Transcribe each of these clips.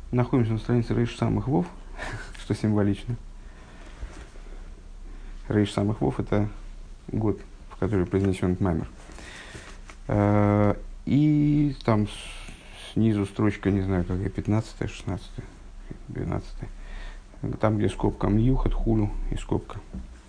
Находимся на странице Рейш Самых Вов, что символично. Рейш Самых Вов – это год, в который произнесен этот маймер. И там снизу строчка, не знаю, какая, 15-я, 16-я, 12-я. Там, где скобка Мьюхат, Хулю и скобка.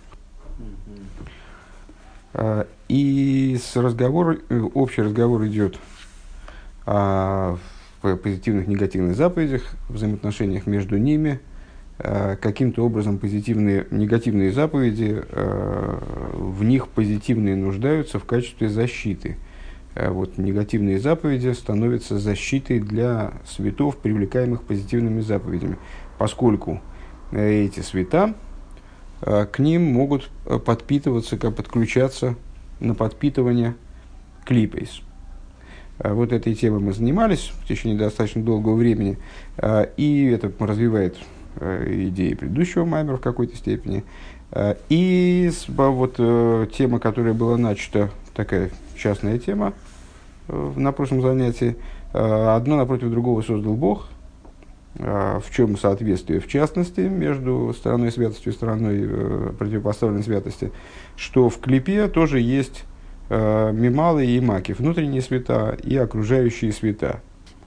И общий разговор идет о позитивных и негативных заповедях, взаимоотношениях между ними. Каким-то образом негативные заповеди, в них позитивные нуждаются в качестве защиты. Вот негативные заповеди становятся защитой для светов, привлекаемых позитивными заповедями, поскольку эти света к ним могут подпитываться, подключаться на подпитывание клипейс. Вот этой темой мы занимались в течение достаточно долгого времени, и это развивает идеи предыдущего маймера в какой-то степени. И вот тема, которая была начата, такая частная тема на прошлом занятии, одно напротив другого создал Бог. В чем соответствие, в частности, между стороной святости и стороной противопоставленной святости, что в клипе тоже есть мималы и маки, внутренние света и окружающие света.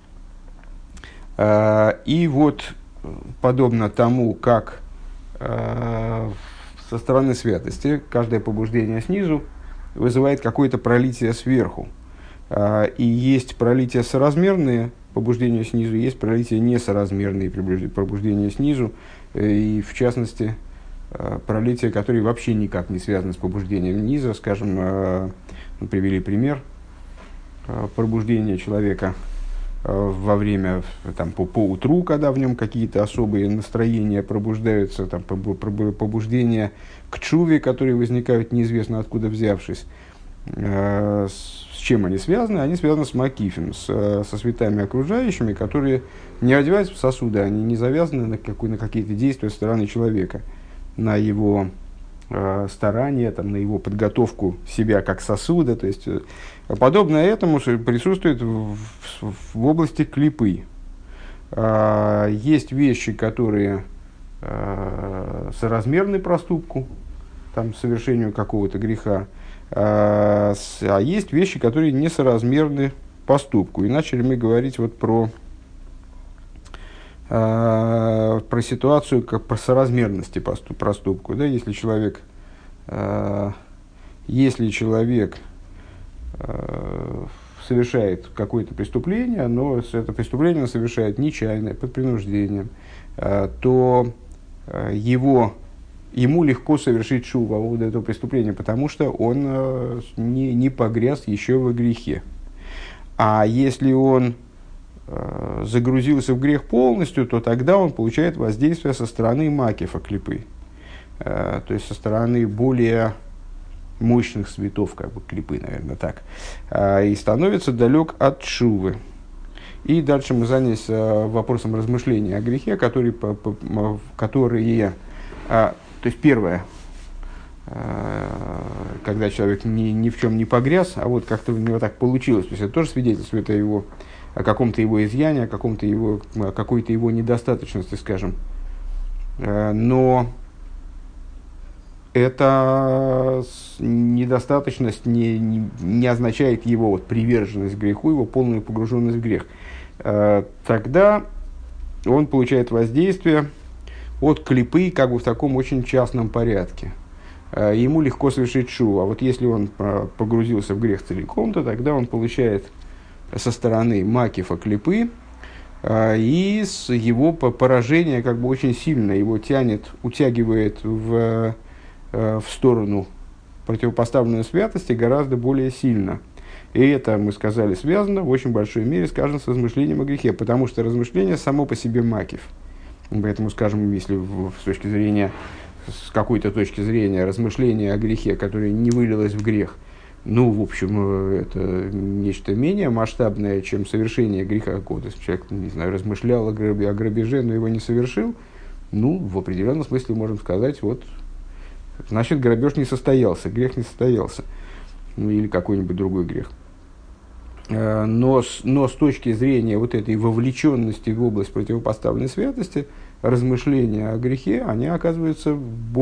И вот, подобно тому, как со стороны святости каждое побуждение снизу вызывает какое-то пролитие сверху, и есть пролития соразмерные побуждения снизу, есть пролития несоразмерные пробуждения снизу, и в частности пролития, которые вообще никак не связаны с побуждением низа. Скажем, мы привели пример пробуждения человека во время, по утру, когда в нем какие-то особые настроения пробуждаются, побуждения к чуве, которые возникают неизвестно откуда взявшись. С чем они связаны? Они связаны с макифем, со светами окружающими, которые не одеваются в сосуды, они не завязаны на какие-то действия со стороны человека, на его старания, на его подготовку себя как сосуда. То есть, подобное этому присутствует в области клипы. Есть вещи, которые соразмерны проступку, совершению какого-то греха, а есть вещи, которые несоразмерны поступку. И начали мы говорить про ситуацию, по соразмерности проступку. Да? Если человек совершает какое-то преступление, но это преступление он совершает нечаянно, под принуждением, то ему легко совершить шуву по поводу этого преступления, потому что он не погряз еще во грехе. А если он загрузился в грех полностью, то тогда он получает воздействие со стороны макифа клипы, то есть со стороны более мощных светов, клипы, наверное, так, и становится далек от шувы. И дальше мы занялись вопросом размышления о грехе, которые то есть первое, когда человек ни в чем не погряз, а вот как-то у него так получилось, то есть это тоже свидетельствует о каком-то его изъяне, о какой-то его недостаточности, скажем. Но эта недостаточность не означает его приверженность к греху, его полную погруженность в грех. Тогда он получает воздействие от клипы в таком очень частном порядке. Ему легко совершить шуву. А вот если он погрузился в грех целиком, то тогда он получает со стороны макифа клипы, и его поражение очень сильно его утягивает в сторону противопоставленной святости гораздо более сильно. И это, мы сказали, связано в очень большой мере, скажем, с размышлением о грехе, потому что размышление само по себе макиф. Поэтому, скажем, если с какой-то точки зрения размышление о грехе, которое не вылилось в грех, в общем, это нечто менее масштабное, чем совершение греха какого-то. Если человек, размышлял о грабеже, но его не совершил, в определенном смысле можем сказать, значит, грабеж не состоялся, грех не состоялся, или какой-нибудь другой грех. Но с точки зрения вот этой вовлеченности в область противопоставленной святости, размышления о грехе, они оказываются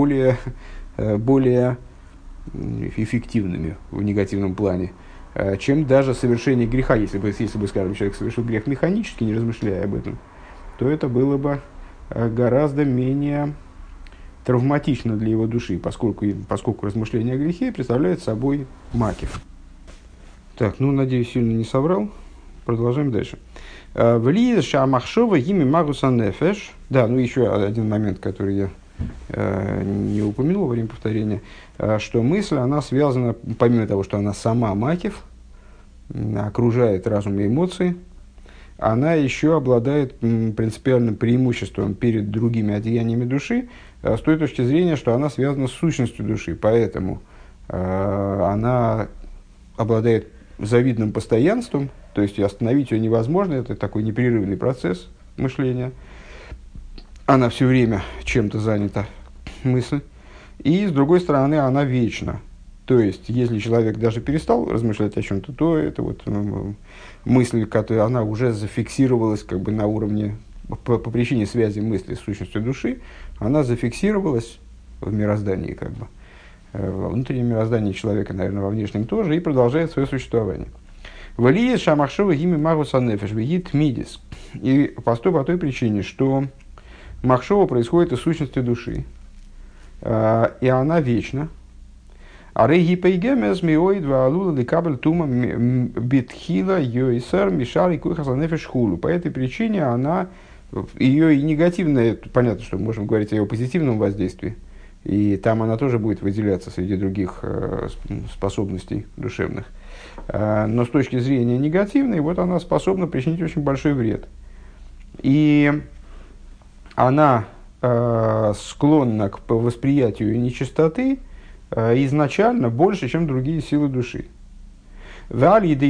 более эффективными в негативном плане, чем даже совершение греха. Если бы, скажем, человек совершил грех механически, не размышляя об этом, то это было бы гораздо менее травматично для его души, поскольку размышление о грехе представляет собой макив. Так, надеюсь, сильно не соврал. Продолжаем дальше. Влиз шамахшова гими магуса нефеш. Да, еще один момент, который я не упомянул во время повторения, что мысль, она связана, помимо того, что она сама макив, окружает разум и эмоции, она еще обладает принципиальным преимуществом перед другими одеяниями души, с той точки зрения, что она связана с сущностью души. Поэтому она обладает завидным постоянством, то есть остановить ее невозможно, это такой непрерывный процесс мышления. Она все время чем-то занята, мысль. И, с другой стороны, она вечна. То есть, если человек даже перестал размышлять о чем-то, то это мысль, которая она уже зафиксировалась на уровне, по причине связи мысли с сущностью души, она зафиксировалась в мироздании, во внутреннем мироздании человека, наверное, во внешнем тоже, и продолжает свое существование. Валиес шамахшова гими магуса нефеш вегит мидис. И по той причине, что махшова происходит из сущности души, и она вечна. А рейги пейгемес миоид ваалула ликабель тума битхила йойсер мишали куйхаса нефеш хулу. По этой причине она, ее и негативное, понятно, что мы можем говорить о ее позитивном воздействии, и там она тоже будет выделяться среди других способностей душевных. Но с точки зрения негативной, она способна причинить очень большой вред. И она склонна к восприятию нечистоты изначально больше, чем другие силы души. И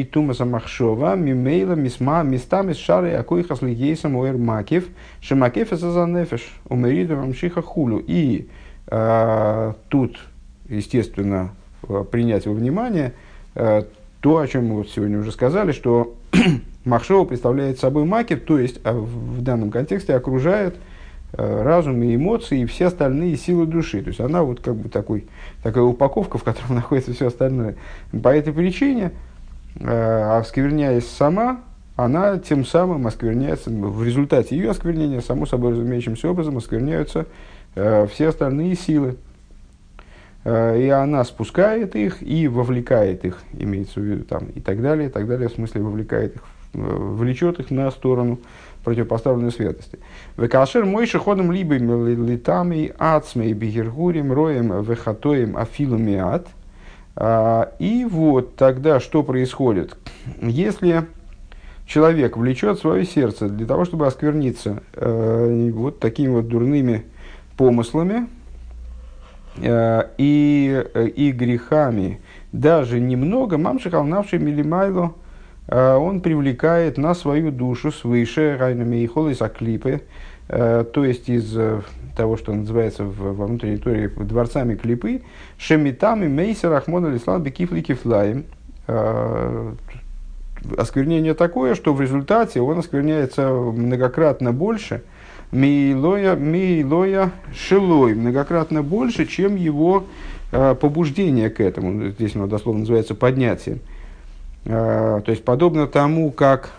тут, естественно, принять во внимание то, о чем мы сегодня уже сказали, что махшова представляет собой макив, то есть в данном контексте окружает разум и эмоции и все остальные силы души. То есть она такая упаковка, в которой находится все остальное. По этой причине, оскверняясь сама, она тем самым оскверняется, в результате ее осквернения, само собой разумеющимся образом, оскверняются все остальные силы. И она спускает их и вовлекает их, имеется в виду, и так далее, в смысле вовлекает их, влечет их на сторону противопоставленной святости. Векашер мойши ходом либо литами ацмей бигергурим роем вехатоем афилумиат. И тогда что происходит? Если человек влечет свое сердце для того, чтобы оскверниться такими дурными помыслами и грехами, даже немного, мамшихал навший милимайло, он привлекает на свою душу свыше райнами и холис аклипы, то есть из того, что называется во внутренней торе дворцами клипы, шемитами мейсер ахмона лислан бекифли кифлаем. Осквернение такое, что в результате он оскверняется многократно больше, мейлоя шилой, многократно больше, чем его побуждение к этому. Здесь оно дословно называется поднятием. То есть, подобно тому, как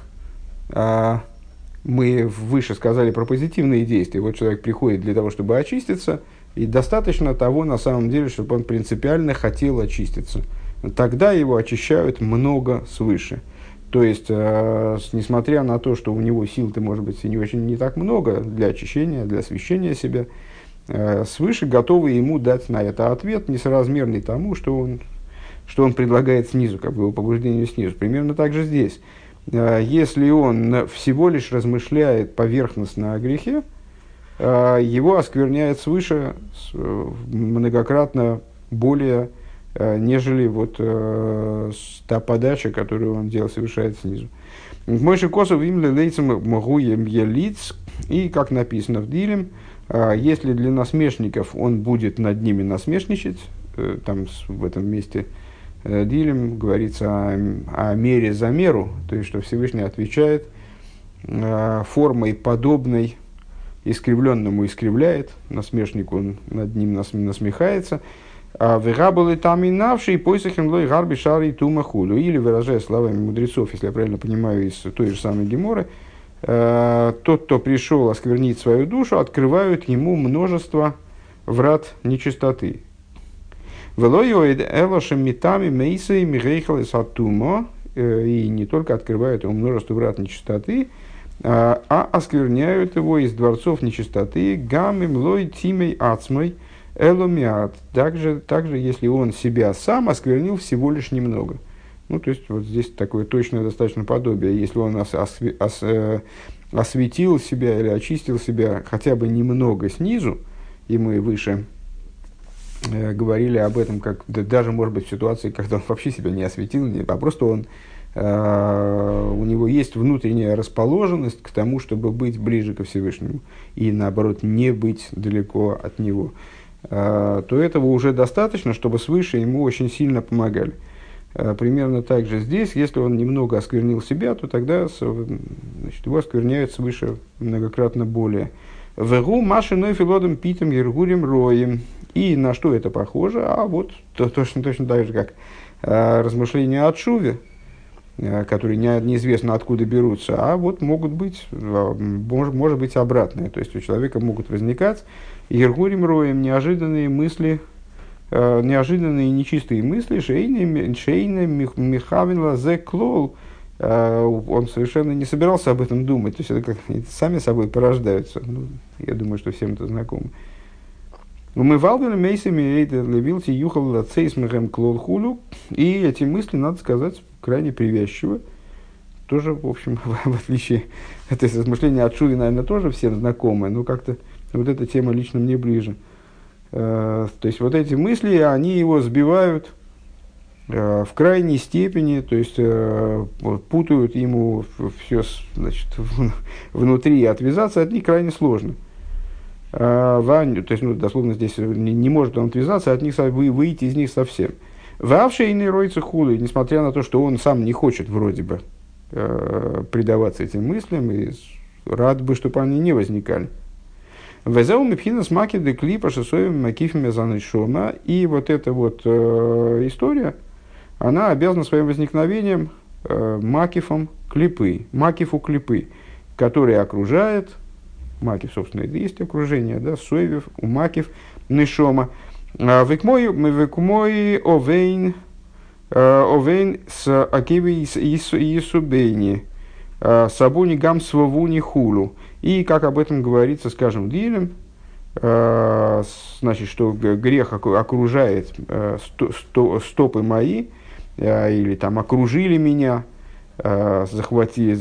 мы выше сказали про позитивные действия. Человек приходит для того, чтобы очиститься, и достаточно того, на самом деле, чтобы он принципиально хотел очиститься. Тогда его очищают много свыше. То есть, несмотря на то, что у него сил-то, может быть, не так много для очищения, для освящения себя, свыше готовы ему дать на это ответ, несоразмерный тому, что он предлагает снизу, его побуждению снизу. Примерно так же здесь. Если он всего лишь размышляет поверхностно о грехе, его оскверняет свыше многократно более, нежели та подача, которую он совершает снизу. Мойши косов им лейцем могуем елиц, и как написано в Дилем, если для насмешников он будет над ними насмешничать, там в этом месте Дилем говорится о мере за меру, то есть, что Всевышний отвечает формой подобной искривленному искривляет, насмешнику над ним насмехается. Вегабалы там и навший поисахим лой гарби шари тума худу. Или, выражая словами мудрецов, если я правильно понимаю, из той же самой Геморы, тот, кто пришел осквернить свою душу, открывают ему множество врат нечистоты. Велойоид элошем митами мейсей мигейхалес атумо. И не только открывают ему множество врат нечистоты, а оскверняют его из дворцов нечистоты гамим лой тимей ацмой эломиат. Также, если он себя сам осквернил всего лишь немного. Ну, то есть, вот здесь такое точное достаточно подобие. Если он осветил себя или очистил себя хотя бы немного снизу, и мы выше говорили об этом, как даже, может быть, в ситуации, когда он вообще себя не осветил, а просто он у него есть внутренняя расположенность к тому, чтобы быть ближе ко Всевышнему и, наоборот, не быть далеко от него, то этого уже достаточно, чтобы свыше ему очень сильно помогали. Примерно так же здесь, если он немного осквернил себя, то тогда его оскверняют свыше многократно более. «Вегу машиной филодом питом ергурим роем». И на что это похоже? А вот точно так же, как размышления о тшуве, которые неизвестно откуда берутся, а вот могут быть, может быть обратное. То есть у человека могут возникать ергурим роем неожиданные мысли, неожиданные нечистые мысли, шейны михавин лазе клол. Он совершенно не собирался об этом думать. То есть это как сами собой порождаются. Ну, я думаю, что всем это знакомо. Мы валбили мейсами левилти юхал лацейсмехем клол хулю. И эти мысли, надо сказать, крайне привязчивы. Тоже, в общем, в отличие от размышления о Шуве, наверное, тоже всем знакомы, но как-то вот эта тема лично мне ближе. То есть вот эти мысли, они его сбивают в крайней степени, то есть путают ему все, значит, внутри, и отвязаться от них крайне сложно. То есть, ну, дословно здесь не может он отвязаться от них, выйти из них совсем. Вавшейный ройцы хулы, несмотря на то, что он сам не хочет вроде бы предаваться этим мыслям, и рад бы, чтобы они не возникали. Везеу мипхина смаки де клипа шесоем макифами занышома. И вот эта вот история, она обязана своим возникновением макифом клипы, макифу клипы, который окружает, макиф, собственно, это и есть окружение, да, соевев, у макиф, нышома. Векмой овейн с акиви и сабуни гам свавуни хулу. И как об этом говорится, скажем, Дилем, значит, что грех окружает стопы мои, или там окружили меня, заключили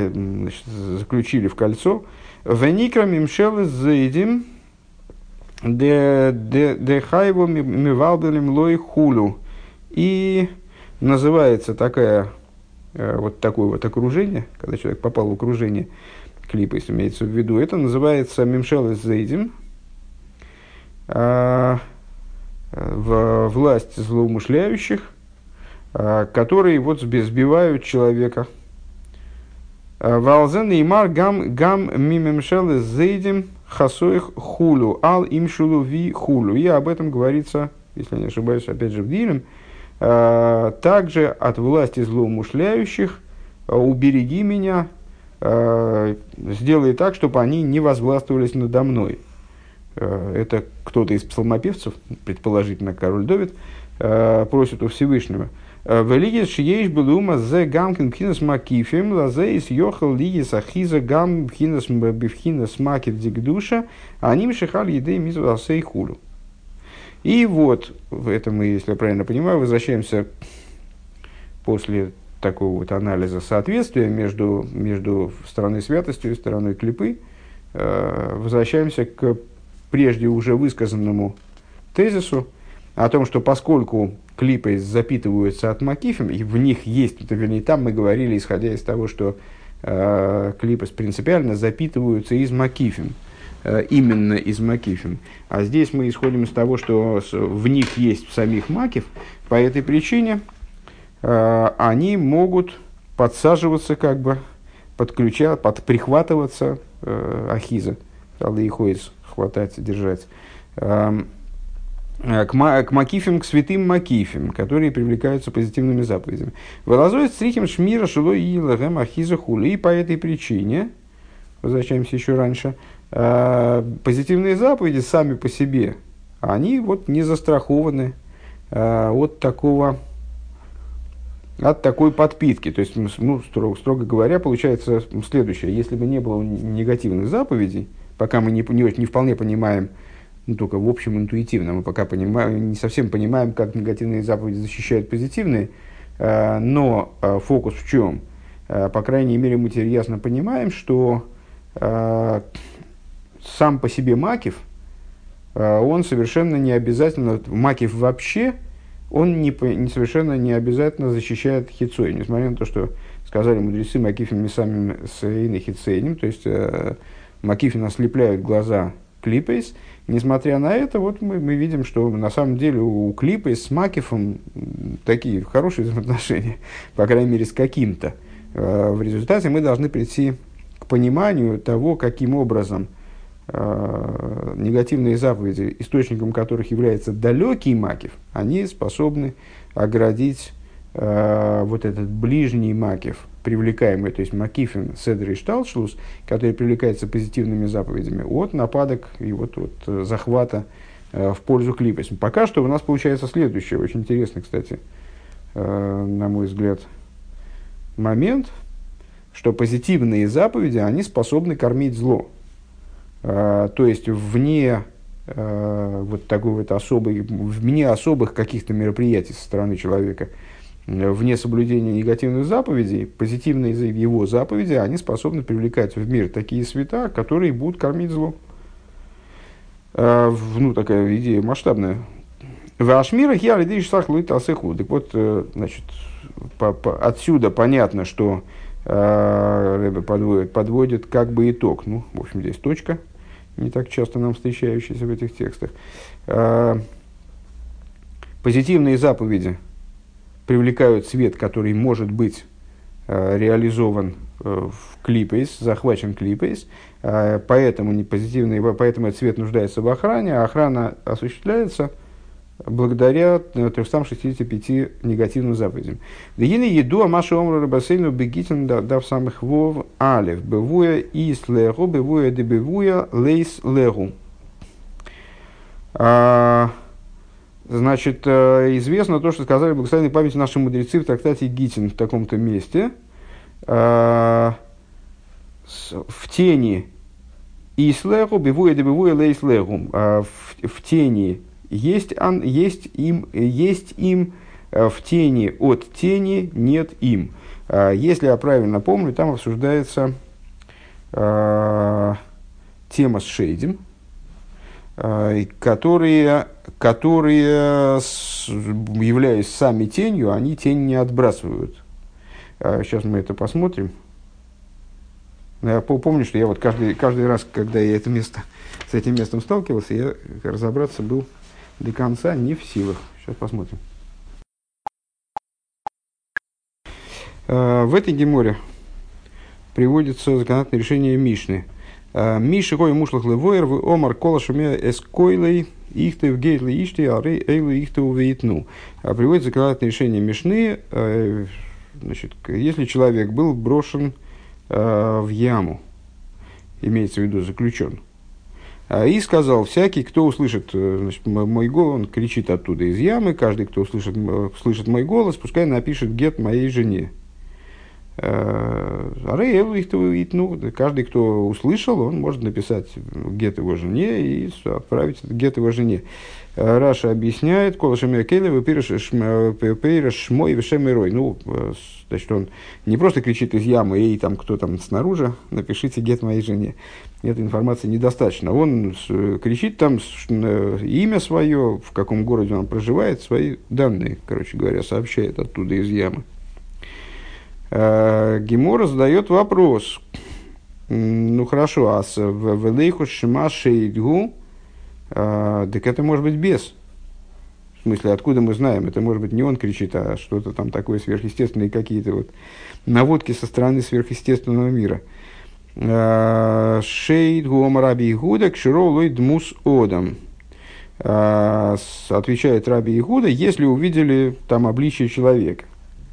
в кольцо. Веникра мимшел заидим де хайво мивалбелем лой хулу. И называется такое вот окружение, когда человек попал в окружение клипа, если имеется в виду, это называется мимшел заидим, власть злоумышляющих, которые вот сбивают человека. Валзен и мар гам мимемшел заидим хасоих хулу ал имшулу ви хулу. И об этом говорится, если я не ошибаюсь, опять же в Дилем, также от власти злоумышляющих убереги меня, сделай так, чтобы они не возвластвовались надо мной. Это кто-то из псалмопевцев, предположительно король Давид, просит у Всевышнего. Велигис шиеш белума зе гамкин пхинас макифим лазеис йохал лигис ахиза гам пхинас бифхинас макив дигдуша аним шихал едей мизу асей хулю. И вот, в этом мы, если я правильно понимаю, возвращаемся после такого вот анализа соответствия между стороной святости и стороной клипы, возвращаемся к прежде уже высказанному тезису о том, что поскольку клипы запитываются от макифим, и в них есть, вернее, там мы говорили, исходя из того, что клипы принципиально запитываются из макифим. именно из макифим. А здесь мы исходим из того, что в них есть в самих макив. По этой причине они могут подсаживаться, как бы, прихватываться ахиза, алейхойс, хватать, держать, к макифим, к святым макифим, которые привлекаются позитивными заповедями. Вылазует стрихим шмира шилой и лагем ахиза хули. И по этой причине, возвращаемся еще раньше, позитивные заповеди сами по себе, они вот не застрахованы от такой подпитки. То есть, ну, строго говоря, получается следующее. Если бы не было негативных заповедей, пока мы не вполне понимаем, ну, только в общем интуитивно, мы пока не совсем понимаем, как негативные заповеди защищают позитивные, но фокус в чем? По крайней мере, мы теперь ясно понимаем, что сам по себе макив, он совершенно не обязательно, макив вообще, он совершенно не обязательно защищает хицой. Несмотря на то, что сказали мудрецы, макифим мисамим с иной хицейним, то есть макифим ослепляют глаза клипейс. Несмотря на это, вот мы видим, что на самом деле у клипейс с макифом такие хорошие взаимоотношения, по крайней мере, с каким-то. В результате мы должны прийти к пониманию того, каким образом негативные заповеди, источником которых является далекий макив, они способны оградить вот этот ближний макив, привлекаемый, то есть макифин седр и шталшлус, который привлекается позитивными заповедями, от нападок и вот от захвата в пользу клипес. Пока что у нас получается следующее, очень интересный, кстати, на мой взгляд, момент, что позитивные заповеди, они способны кормить зло. То есть вне вот такой вот вне особых каких-то мероприятий со стороны человека, вне соблюдения негативных заповедей, позитивные его заповеди, они способны привлекать в мир такие света, которые будут кормить зло. Ну, такая идея масштабная. Вашмира хиалидиш сахлуит алсеху. Так вот, значит, отсюда понятно, что Ребе подводит как бы итог. Ну, в общем, здесь точка, не так часто нам встречающаяся в этих текстах. Позитивные заповеди привлекают свет, который может быть реализован в клипейс, захвачен клипейс, поэтому этот свет нуждается в охране, а охрана осуществляется благодаря 365 негативным заповедям. Дагины еду амашу омру рабасейну бегитин дав самых вов алев бевуя ис легу бевуя де бевуя лейс легу. Значит, известно то, что сказали благословенной памяти наши мудрецы в трактате Гитин в таком-то месте. В тени ислегу бевуя де бевуя лейс легу. В тени есть им, в тени от тени нет им. Если я правильно помню, там обсуждается тема с шейдем, которые, являясь сами тенью, они тень не отбрасывают. Сейчас мы это посмотрим. Я помню, что я вот каждый раз, когда я с этим местом сталкивался, я разобраться был до конца не в силах. Сейчас посмотрим. В этой геморе приводится законодательное решение Мишны. Миши кой мушлах левоер в омар кола шуме эскойлей ихты в гейтле ишти ары эйлы ихты увейтну. Приводится законодательное решение Мишны. Значит, если человек был брошен в яму, имеется в виду заключен, и сказал: всякий, кто услышит, значит, мой голос, он кричит оттуда из ямы, каждый, кто слышит мой голос, пускай напишет гет моей жене. Каждый, кто услышал, он может написать гет его жене и отправить гет его жене. Раша объясняет: ну, значит, он не просто кричит из ямы: эй, там, кто там снаружи, напишите гет моей жене. Этой информации недостаточно. Он кричит там имя свое, в каком городе он проживает, свои данные, короче говоря, сообщает оттуда из ямы. Гемора задает вопрос. Ну хорошо, а с велейху шма шейдгу, так это может быть бес. В смысле, откуда мы знаем? Это может быть не он кричит, а что-то там такое сверхъестественное, какие-то вот наводки со стороны сверхъестественного мира. Шейд гуом раби Игуда кширо лой дмус одам. Отвечает раби Игуда, если увидели там обличие человека.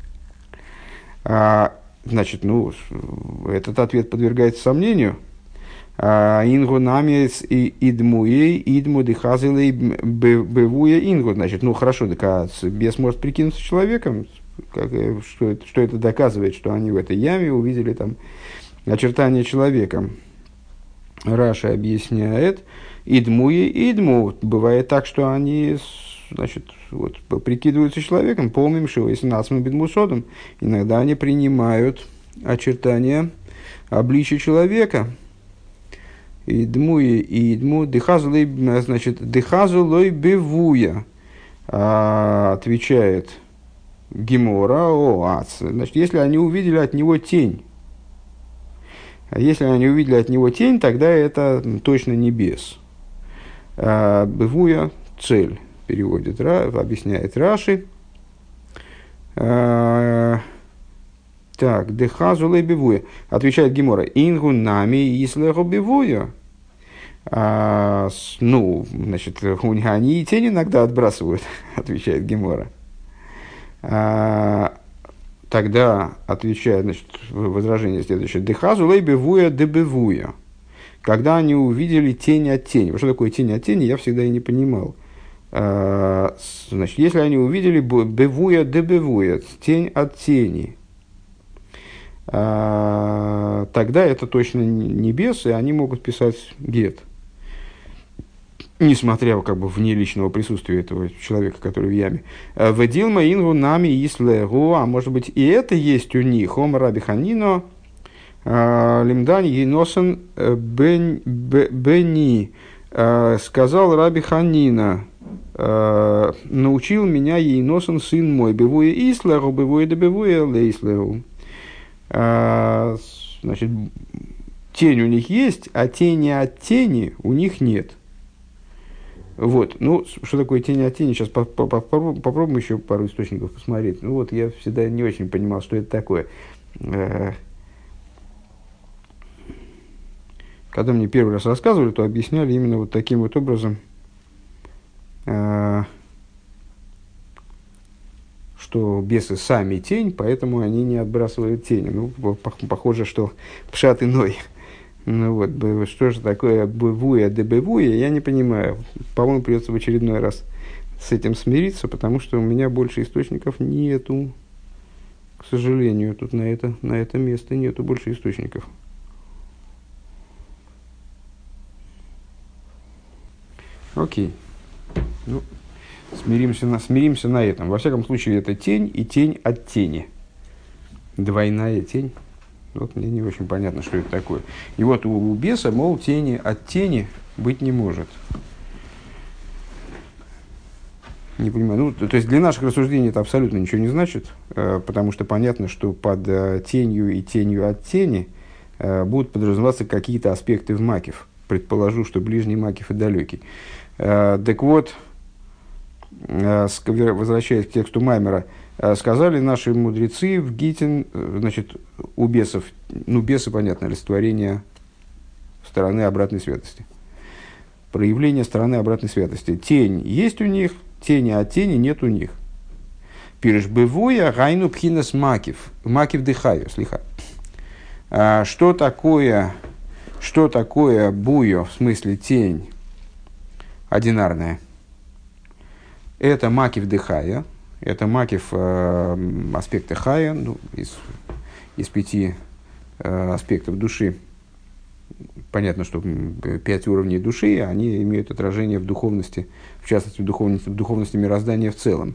Значит, ну, этот ответ подвергается сомнению. Ингу намец и идмуей, идму дихазилей бывуя ингу. Значит, ну хорошо, так бес может прикинуться человеком. Что это доказывает, что они в этой яме увидели там очертания человека. Раша объясняет, идмуе идму. Бывает так, что они, значит, вот, прикидываются человеком, помним, что если нацман бедмусодом, иногда они принимают очертания обличия человека. Идмуе идму, дыхазулой, значит, дыхазулой бевуя, отвечает Гемора, значит, если они увидели от него тень. А если они увидели от него тень, тогда это точно не бес. Бевуя – цель, переводит, объясняет Раши. Так, дехазулей бевуя. Отвечает Гемора, ингу нами ислеху бевуя. Ну, значит, они и тень иногда отбрасывают, отвечает Гемора. Тогда отвечает, значит, возражение следующее. Дехазу лей бевуя де бевуя. Когда они увидели тень от тени. Что такое тень от тени, я всегда и не понимал. Значит, если они увидели бевуя де бевуя, тень от тени, тогда это точно не бес, и они могут писать гет. Несмотря как бы вне личного присутствия этого человека, который в яме. Ведилма ингу нами ислегу, а может быть и это есть у них. Ом раби Ханино лимдан еносен бени. Сказал раби Ханина, научил меня еносен сын мой. Бевуя ислегу, бевуя да бевуя лейслегу. Значит, тень у них есть, а тени от тени у них нет. Вот, ну, что такое тень от тени? Сейчас попробуем еще пару источников посмотреть. Ну, вот, я всегда не очень понимал, что это такое. Когда мне первый раз рассказывали, то объясняли именно вот таким вот образом, что бесы сами тень, поэтому они не отбрасывают тени. Ну, похоже, что пшат иной. Ну вот, что же такое бывуя да бывуя, я не понимаю. По-моему, придется в очередной раз с этим смириться, потому что у меня больше источников нету. К сожалению, тут на это место нету больше источников. Окей. Ну, смиримся на этом. Во всяком случае, это тень и тень от тени. Двойная тень. Вот мне не очень понятно, что это такое. И вот у беса, мол, тени от тени быть не может. Не понимаю. Ну, то есть для наших рассуждений это абсолютно ничего не значит, потому что понятно, что под тенью и тенью от тени будут подразумеваться какие-то аспекты в макев. Предположу, что ближний макев и далекий. Так вот, возвращаясь к тексту Маймера, сказали наши мудрецы в Гитин, значит, у бесов, ну, бесы, понятно, олицетворение стороны обратной святости. Проявление стороны обратной святости. Тень есть у них, тени от тени нет у них. Пириш бывуя гайну пхинас макив. Макив дыхаю, слиха. Что такое буйо, в смысле тень одинарная? Это макив дыхая. Это макив аспекта хая, ну, из 5 аспектов души. Понятно, что 5 уровней души, они имеют отражение в духовности, в частности, в духовности мироздания в целом.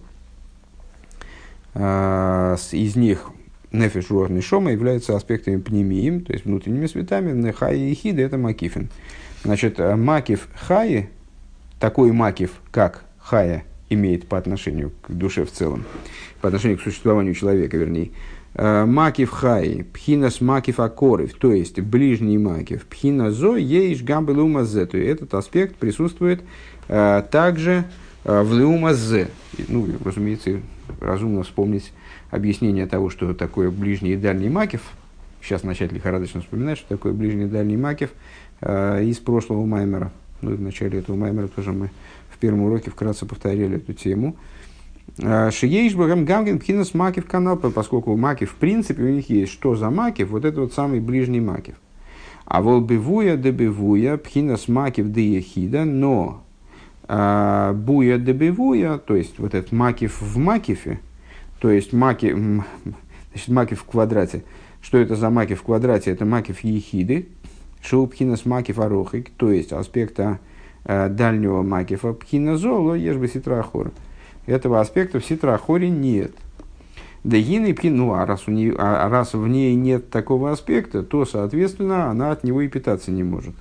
Из них нефеш, руах, нешома являются аспектами пнемиим, то есть внутренними светами. Хая и хида – это макифин. Значит, макив хаи, такой макив, как хая, имеет по отношению к душе в целом, по отношению к существованию человека, вернее, Макив хай, пхинас макив акорив, то есть ближний макив, пхина зо, ейш гамбе леумазе, то есть этот аспект присутствует также в леумазе. Ну, разумеется, разумно вспомнить объяснение того, что такое ближний и дальний макив. Сейчас начать лихорадочно вспоминать, что такое ближний и дальний макив из прошлого маймера. Ну, в начале этого маймера тоже мы в первом уроке вкратце повторили эту тему. Шиеиш богам гамген пхинас макив канал, поскольку макив в принципе у них есть. Что за макив? Вот это вот самый ближний макив. А волбивуя дебивуя пхинас макив де ехида, но буя дебивуя, то есть вот этот макив в макифе, то есть макив, значит, макив в квадрате. Что это за макив в квадрате? Это макив ехиды, шоу пхинас макив арохик, то есть аспекта дальнего макифа пхина золо ешбе ситра ахора. Этого аспекта в ситра ахоре нет. Дегины пхин, ну а раз в ней нет такого аспекта, то соответственно она от него и питаться не может.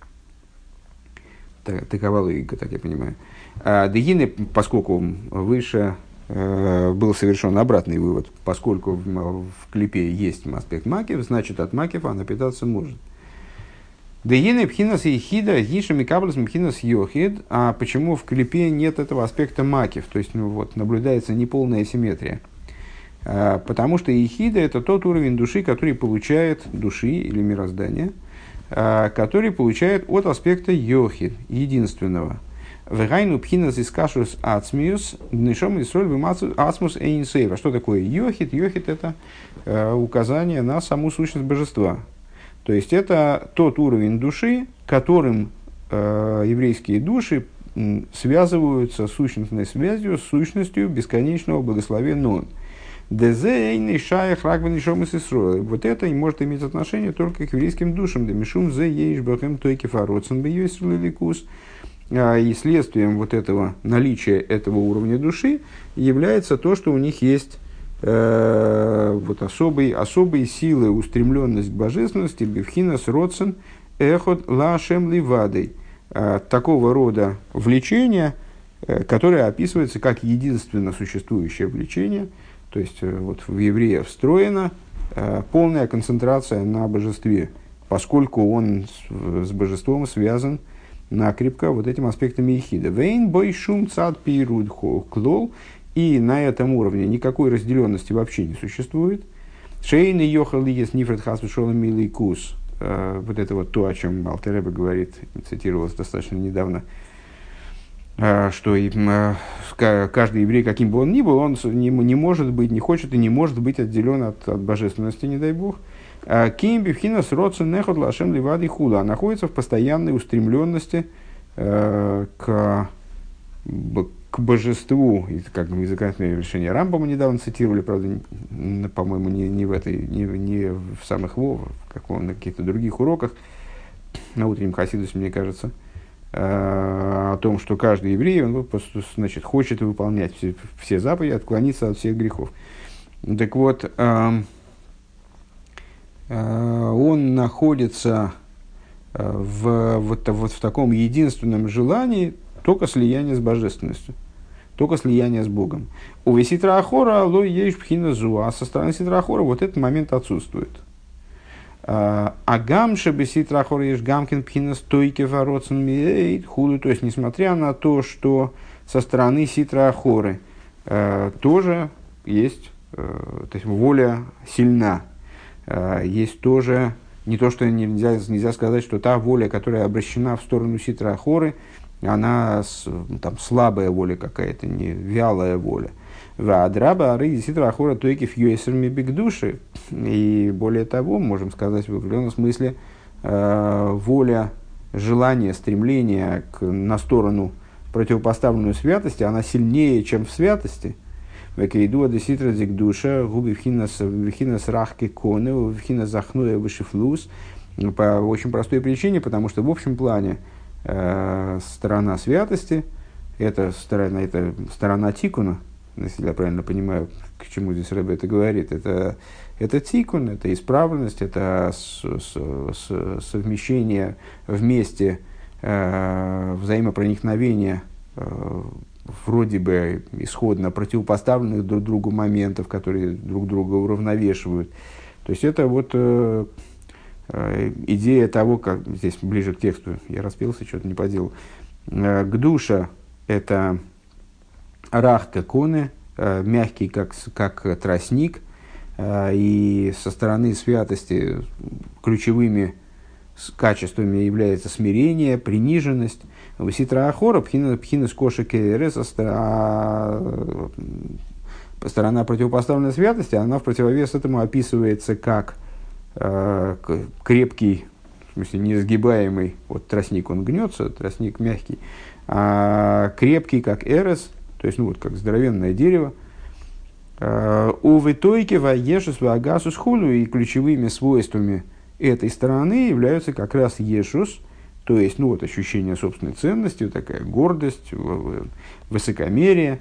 Такова логика, так я понимаю. Дегины, поскольку выше был совершен обратный вывод, поскольку в клипе есть аспект макив, значит от макифа она питаться может. Дегины пхинас ехида гиша микаблес пхинас йохид. А почему в клипе нет этого аспекта макив? То есть, ну, вот, наблюдается неполная симметрия. Потому что ехида – это тот уровень души, который получает души или мироздания, который получает от аспекта йохид, единственного. Вегайну пхинас искашус ацмиус днешом исроль вымацу ацмус эйнсейва. Что такое йохид? Йохид – это указание на саму сущность божества. То есть это тот уровень души, которым еврейские души связываются сущностной связью с сущностью бесконечного благословенного. Дезейный шаях рагвен ишом из Исроя. Вот это и может иметь отношение только к еврейским душам. Демишум зе ейш бахем тойки фароцен бейосрлиликус. И следствием вот этого наличия этого уровня души является то, что у них есть вот особые силы, устремленность к божественности, бифхинас родсен эхот лашем ливадой, такого рода влечение, которое описывается как единственно существующее влечение, то есть вот в еврея встроена полная концентрация на божестве, поскольку он с божеством связан накрепко вот этим аспектами ехида. Вейн бой шум цад пируд клол. И на этом уровне никакой разделенности вообще не существует. Шейный йохал лигес нифред хас вишолом милый кус. Вот это вот то, о чем Алтер Ребе говорит, цитировалось достаточно недавно, что каждый еврей, каким бы он ни был, он не может быть, не хочет и не может быть отделен от божественности, не дай бог. Кимби вхинас родсен нехот лашем ливады хула. Находится в постоянной устремленности к божеству, как языкальное решение Рамбама недавно цитировали, правда, по-моему, не в самых на каких-то других уроках, на утреннем хасидусе, мне кажется, о том, что каждый еврей, он, значит, хочет выполнять все заповеди, отклониться от всех грехов. Так вот, он находится в таком единственном желании только слияние с божественностью, только слияние с Богом. У Ситра Ахора лой ейш пхина зуа, а со стороны Ситра Ахора вот этот момент отсутствует. А гамше бы Ситра Ахора ейш гамкин пхина стойки вороцен миэйт худу. То есть, несмотря на то, что со стороны Ситра Ахоры тоже есть, то есть воля сильна, есть тоже, не то, что нельзя сказать, что та воля, которая обращена в сторону Ситра Ахоры, она там слабая воля какая-то, не вялая воля. Вадраба ары Ситра Ахора тойки фьюэсерми биг души. И более того, можем сказать в определенном смысле, воля, желание, стремление на сторону противопоставленную святости, она сильнее, чем в святости. Векейдуа де Ситра зиг душа губи вхинас рахки коны вхинас захнуя вышифлус. По очень простой причине, потому что в общем плане сторона святости, это сторона тикуна, если я правильно понимаю, к чему здесь Ребе это говорит, это тикун, это исправленность, это совмещение вместе, взаимопроникновение вроде бы исходно противопоставленных друг другу моментов, которые друг друга уравновешивают. То есть это вот идея того, как здесь ближе к тексту, я распился, что-то не поделал. Гдуша – это рахка коне, мягкий, как тростник, и со стороны святости ключевыми качествами является смирение, приниженность. Васитра ахора пхина скоши керес, сторона противопоставленной святости, она в противовес этому описывается как крепкий, в смысле неизгибаемый, вот тростник он гнется, тростник мягкий, а крепкий как эрес, то есть ну вот как здоровенное дерево. У витойке ваешус вагасус хулю, и ключевыми свойствами этой стороны являются как раз ешус, то есть ну вот ощущение собственной ценности, вот такая гордость, высокомерие.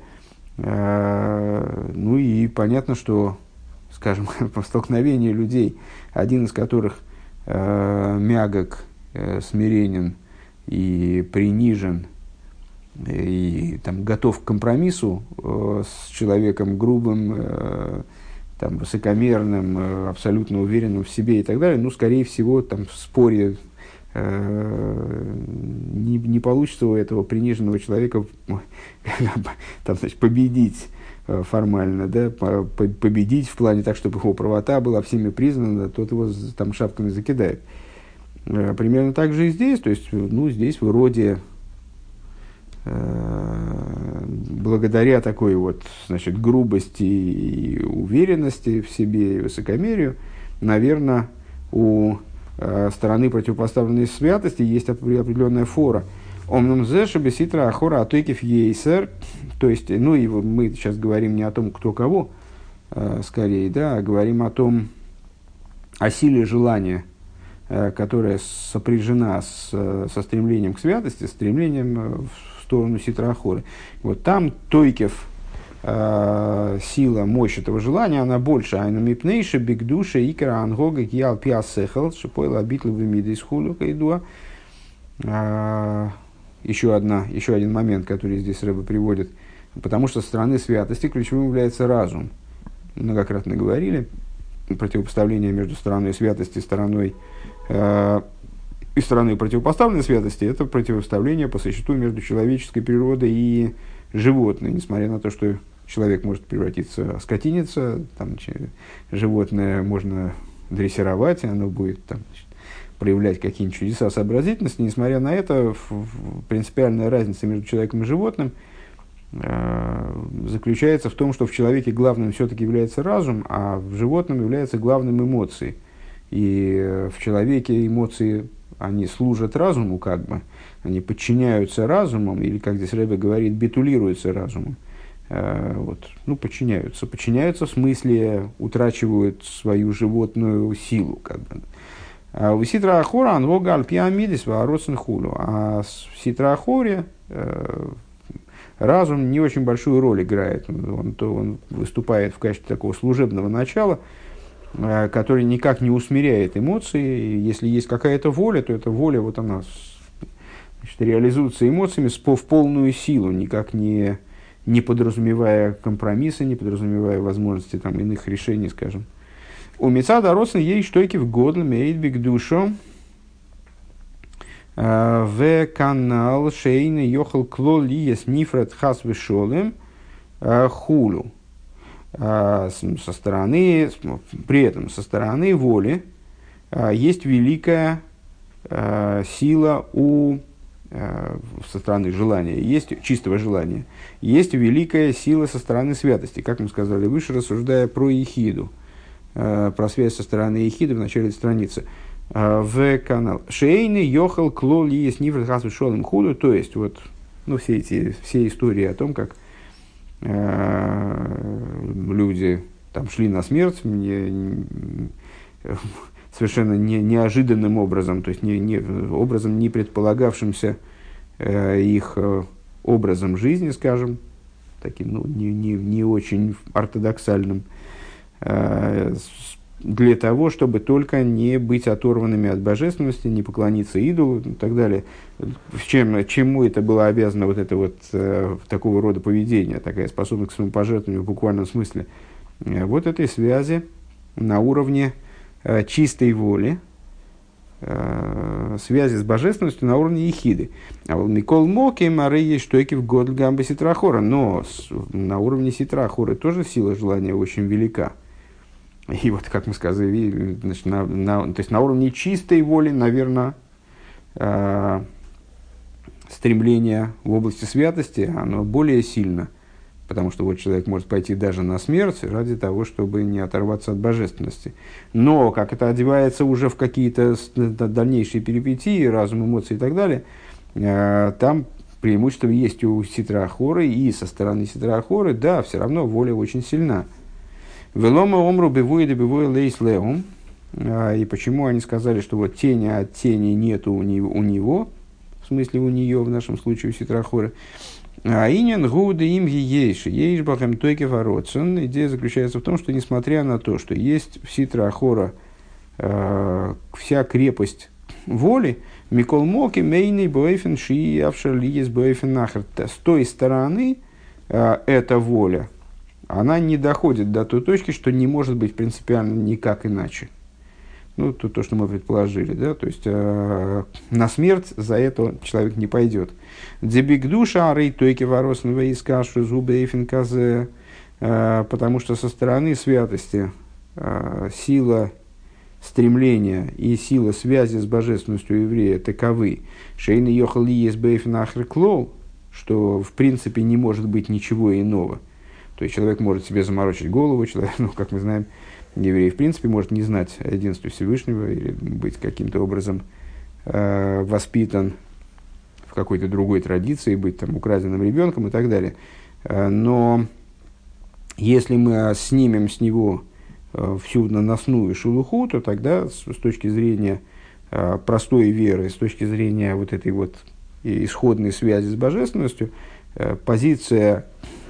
Ну и понятно, что, скажем, по столкновению людей, один из которых мягок, смиренен и принижен, и там, готов к компромиссу с человеком грубым, там, высокомерным, абсолютно уверенным в себе и так далее, ну, скорее всего, там, в споре не получится у этого приниженного человека там, значит, победить формально, да, победить в плане так, чтобы его правота была всеми признана, тот его там шапками закидает. Примерно так же и здесь, то есть, ну, здесь в роде благодаря такой вот, значит, грубости и уверенности в себе и высокомерию, наверное, у стороны противопоставленной святости есть определенная фора. Омнум зэша беситра ахора атойкив ейсер. То есть, ну и мы сейчас говорим не о том, кто кого, скорее, да, а говорим о том, о силе желания, которая сопряжена со стремлением к святости, стремлением в сторону ситра ахоры. Вот там тойкев, сила, мощь этого желания, она больше. Айну мипнейши бигдуша икра ангога киял пиасехал шипойла битла вымида из хулю кайдуа. Еще один момент, который здесь Рэбе приводит. Потому что со стороны святости ключевым является разум. Многократно говорили, противопоставление между стороной святости и стороной противопоставленной святости – это противопоставление по существу между человеческой природой и животной. Несмотря на то, что человек может превратиться в скотиница, там, животное можно дрессировать, и оно будет там, проявлять какие-нибудь чудеса сообразительности. Несмотря на это, принципиальная разница между человеком и животным заключается в том, что в человеке главным все-таки является разум, а в животном является главным эмоции. И в человеке эмоции, они служат разуму, как бы, они подчиняются разумом, или, как здесь Рэбе говорит, битулируются разумом. Вот, ну, подчиняются в смысле утрачивают свою животную силу, как бы. А в ситра ахора анвога альпиамидис вароцен хулю. А в ситра ахоре разум не очень большую роль играет. Он выступает в качестве такого служебного начала, который никак не усмиряет эмоции. Если есть какая-то воля, то эта воля, вот она, значит, реализуется эмоциями в полную силу, никак не подразумевая компромиссы, не подразумевая возможности там, иных решений, скажем. У Мицада Росен ей штойки в годле мейдбик душу в канал шейн йохал клол лиес нифрат хас вешолем хулю. При этом со стороны воли есть великая сила со стороны желания, есть чистого желания, есть великая сила со стороны святости, как мы сказали выше, рассуждая про ехиду, про связь со стороны ехиды в начале страницы. В канал Шейны Йохал Клол есть Нифрат Хасу Шолем Худу, то есть вот, ну, все истории о том, как люди там шли на смерть совершенно неожиданным образом, то есть образом не предполагавшимся их образом жизни, скажем, таким, ну, не очень ортодоксальным, для того, чтобы только не быть оторванными от божественности, не поклониться идолу и так далее. Чему это было обязано вот это вот такого рода поведение, такая способность к самопожертвованию в буквальном смысле? Вот этой связи на уровне чистой воли, связи с божественностью на уровне ехиды. А вот Микол Моки, Мария, Штойки в год Гамба Ситрахора. Но на уровне Ситрахора тоже сила желания очень велика. И вот, как мы сказали, значит, то есть на уровне чистой воли, наверное, стремление в области святости, оно более сильно. Потому что вот человек может пойти даже на смерть ради того, чтобы не оторваться от божественности. Но, как это одевается уже в какие-то дальнейшие перипетии, разум, эмоции и так далее, там преимущество есть у Ситра Ахоры, и со стороны Ситра Ахоры, да, все равно воля очень сильна. Велома омру бивуя да бивуя лейс леум. И почему они сказали, что вот тени от тени нету у него, в смысле у нее, в нашем случае у Ситра Ахоры. Инин гуды им ейши, ейшбахем тойке воротсон. Идея заключается в том, что несмотря на то, что есть в Ситра Ахора вся крепость воли, Микол Моки, Мейный, Бойфен, Ши, Авшалиес, Бойфен, Нахар. С той стороны эта воля, она не доходит до той точки, что не может быть принципиально никак иначе. Ну, то, что мы предположили, да, то есть на смерть за это человек не пойдет. Дзебигдуша арей тойки воросного из кашу зубейфин казе, потому что со стороны святости сила стремления и сила связи с божественностью еврея таковы. Шейны йохал лиес бейфин ахр клол, что в принципе не может быть ничего иного. То есть человек может себе заморочить голову, человек, ну, как мы знаем, еврей в принципе может не знать о единстве Всевышнего или быть каким-то образом воспитан в какой-то другой традиции, быть там украденным ребенком и так далее. Но если мы снимем с него всю наносную шелуху, то тогда с точки зрения простой веры, с точки зрения вот этой вот исходной связи с божественностью, позиция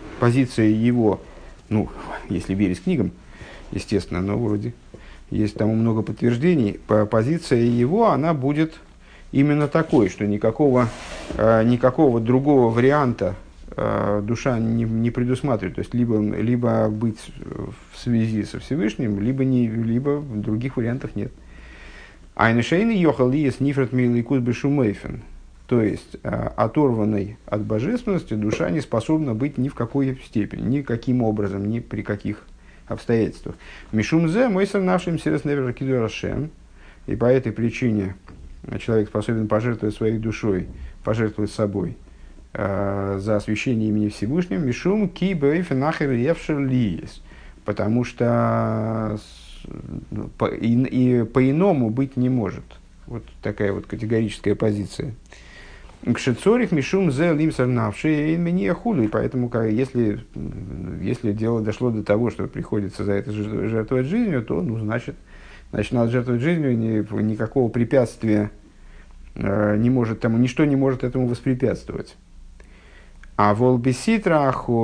его, ну, если верить книгам, естественно, но вроде есть тому много подтверждений, позиция его, она будет именно такой, что никакого другого варианта душа не предусматривает. То есть, либо быть в связи со Всевышним, либо других вариантов нет. Айншейны йохал лиес нифрат миликут бешумейфен. То есть, оторванной от божественности душа не способна быть ни в какой степени, никаким образом, ни при каких обстоятельствах. Мишумзе мойсер нашим сересневер кидурашем. И по этой причине человек способен пожертвовать своей душой, пожертвовать собой за освящение имени Всевышнего. Мишум ки бэйф нахер евшер лиес. Потому что по-иному быть не может. Вот такая вот категорическая позиция. Кшицорих мишум зе лимсар навши мне хули. Поэтому, если дело дошло до того, что приходится за это жертвовать жизнью, то, значит, надо жертвовать жизнью, никакого препятствия не может тому, ничто не может этому воспрепятствовать. А вол беситра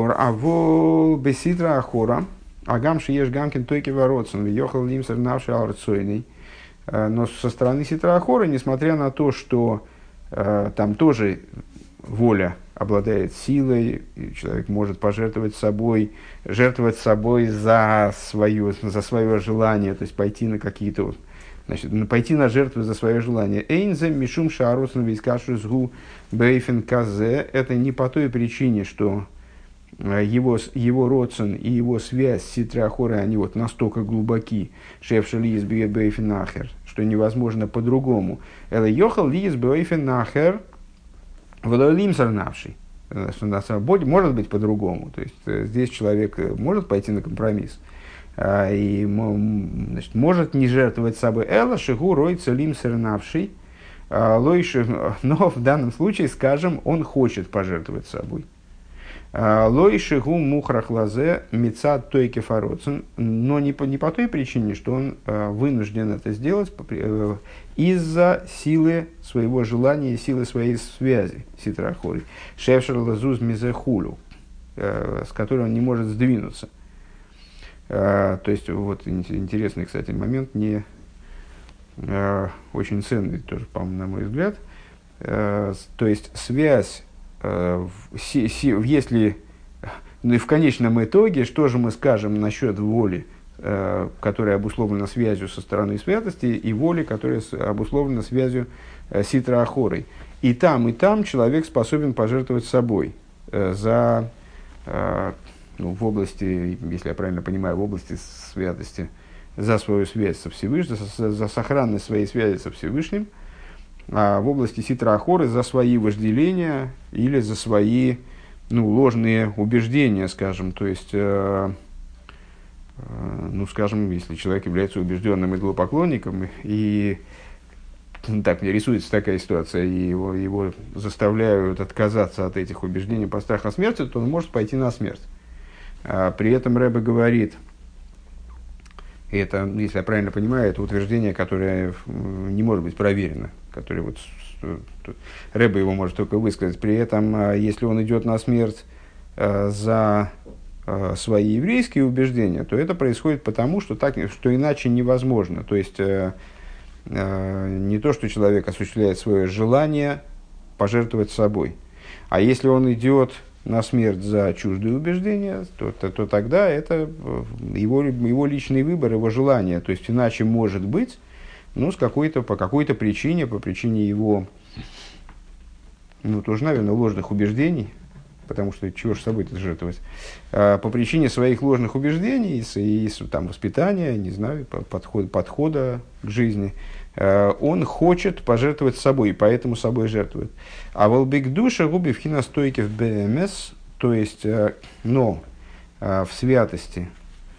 ахора, агам шиеш гамкин тойки воротсон, въехал лимсар навши алрцойный. Но со стороны ситра ахора, несмотря на то, что там тоже воля обладает силой, и человек может пожертвовать собой, жертвовать собой за свое желание, то есть пойти на какие-то, пойти на жертву за свое желание. Эйнзе мишум шааросн вискашу сгу бейфен казе. Это не по той причине, что его родствен и его связь с ситрахорой, они вот настолько глубоки, шефши лиес бейфен нахер, что невозможно по-другому. Эле йохал лиес бейфен нахер владолим сарнавший. Может быть по-другому. То есть здесь человек может пойти на компромисс и может не жертвовать собой. Эла шигу рой целим сарнавший. Но в данном случае, скажем, он хочет пожертвовать собой. Лойшигу мухрах лазе мецад тойке фароцен, но не по той причине, что он вынужден это сделать из-за силы своего желания, силы своей связи ситрахори. Шефшер лазуз мизехулю, с которой он не может сдвинуться. То есть, вот интересный, кстати, момент, очень ценный тоже, по-моему, на мой взгляд. То есть, связь, если ну и в конечном итоге, что же мы скажем насчет воли, которая обусловлена связью со стороной святости, и воли, которая обусловлена связью ситра ахорой. И там человек способен пожертвовать собой за, в области, если я правильно понимаю, в области святости, за свою связь со Всевышним, за сохранность своей связи со Всевышним, а в области ситра ахоры за свои вожделения или за свои ложные убеждения, скажем. То есть, скажем, если человек является убежденным идолопоклонником, и так мне рисуется такая ситуация, и его заставляют отказаться от этих убеждений по страху смерти, то он может пойти на смерть. При этом Ребе говорит, и это, если я правильно понимаю, это утверждение, которое не может быть проверено, которое вот Ребе его может только высказать. При этом, если он идет на смерть за свои еврейские убеждения, то это происходит потому, что иначе невозможно. То есть, не то, что человек осуществляет свое желание пожертвовать собой, а если он идет на смерть за чуждые убеждения, то тогда это его личный выбор, его желание. То есть, иначе может быть, по какой-то причине, по причине его, тоже, наверное, ложных убеждений, потому что чего же собой-то жертвовать, по причине своих ложных убеждений и воспитания, не знаю, подхода к жизни, он хочет пожертвовать собой, и поэтому собой жертвует. А волбик душа губи в хиностойке в БМС, то есть, но в святости,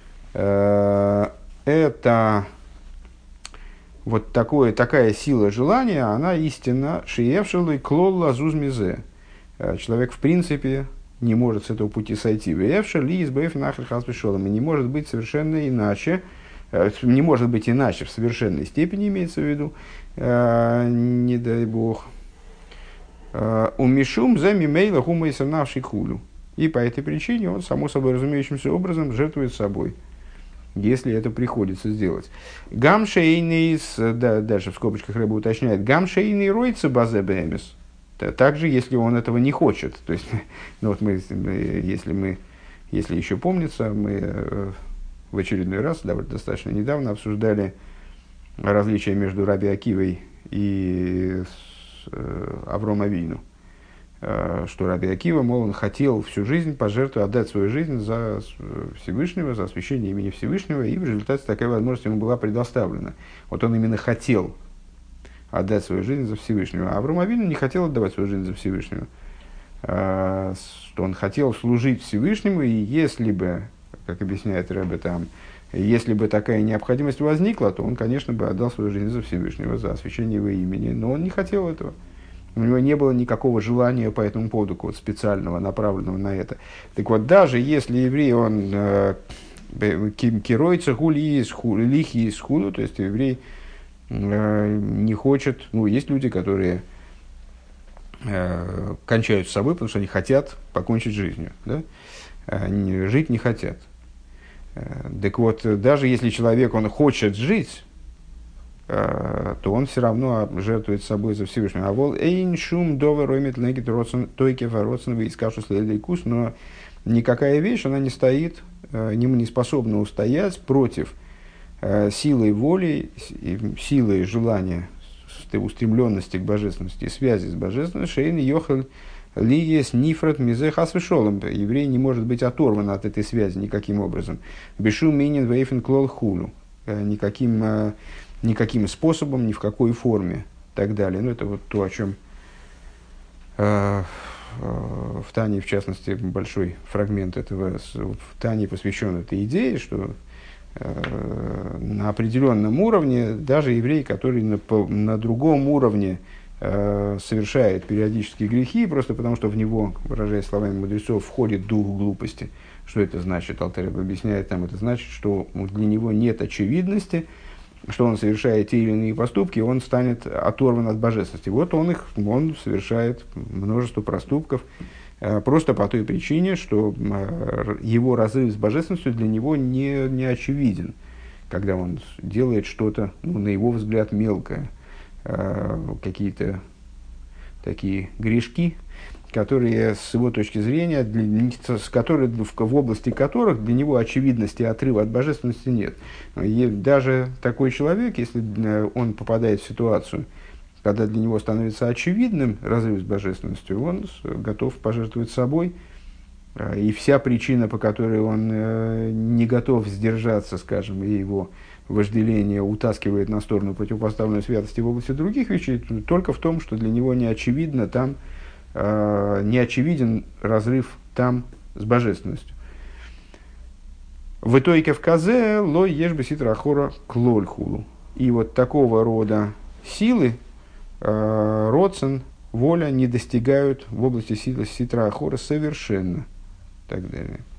это вот такая сила желания, она истинна, шиевшила и клол лазуз мизе. Человек, в принципе, не может с этого пути сойти. Веевша ли избэф нахер хасвешолом. И не может быть совершенно иначе, не может быть иначе в совершенной степени, имеется в виду, не дай бог. Умишум за мимейла хума и сарнавший хулю. И по этой причине он, само собой разумеющимся образом, жертвует собой, если это приходится сделать. Гамшейнейс, дальше в скобочках Рэбе уточняет, гамшейней ройца базе бэмес. Также, если он этого не хочет. То есть, если еще помнится, мы в очередной раз, достаточно недавно, обсуждали различия между Раби Акивой и Авром Авину. Что Раби Акива, мол, он хотел всю жизнь пожертвовать, отдать свою жизнь за Всевышнего, за освящение имени Всевышнего, и в результате такая возможность ему была предоставлена. Вот он именно хотел отдать свою жизнь за Всевышнего. А Авром Авину не хотел отдавать свою жизнь за Всевышнего. Что он хотел служить Всевышнему, и если бы, как объясняет Ребе там, если бы такая необходимость возникла, то он, конечно, бы отдал свою жизнь за Всевышнего, за освящение его имени. Но он не хотел этого. У него не было никакого желания по этому поводу, какого-то специального, направленного на это. Так вот, даже если еврей, он киройца лихи из худу, то есть еврей не хочет, есть люди, которые кончают с собой, потому что они хотят покончить с жизнью, да? Они жить не хотят. Так вот, даже если человек, он хочет жить, то он все равно жертвует собой за Всевышнего. А вол эйн шум довер ромит легит родсон тойке вародсон выискавши следует кус, но никакая вещь, она не стоит, не способна устоять против силой воли, силой желания, устремленности к божественности, связи с божественностью, шейн йохал лиес нифрат мизе хасвешолом. Еврей не может быть оторван от этой связи никаким образом. Бешу минин вейфен клол хулу. Никаким способом, ни в какой форме, и так далее. Это вот то, о чем в Тане, в частности, большой фрагмент этого в Тане посвящен этой идее, что на определенном уровне даже еврей, который на другом уровне совершает периодические грехи, просто потому что в него, выражаясь словами мудрецов, входит дух глупости. Что это значит? Алтер Ребе объясняет там, это значит, что для него нет очевидности, что он совершает те или иные поступки, он станет оторван от божественности. Вот он совершает множество проступков, Просто по той причине, что его разрыв с божественностью для него не очевиден, когда он делает что-то, ну, на его взгляд, мелкое, какие-то такие грешки, которые с его точки зрения, в области которых для него очевидности отрыва от божественности нет. И даже такой человек, если он попадает в ситуацию, когда для него становится очевидным разрыв с божественностью, он готов пожертвовать собой. И вся причина, по которой он не готов сдержаться, скажем, и его вожделение утаскивает на сторону противопоставленной святости в области других вещей, только в том, что для него не очевидно там, не очевиден разрыв там с божественностью. В итоге в казе лой ешбе ситра ахора клоль хулу. И вот такого рода силы, родсен, воля не достигают в области ситра ахора совершенно. Так далее.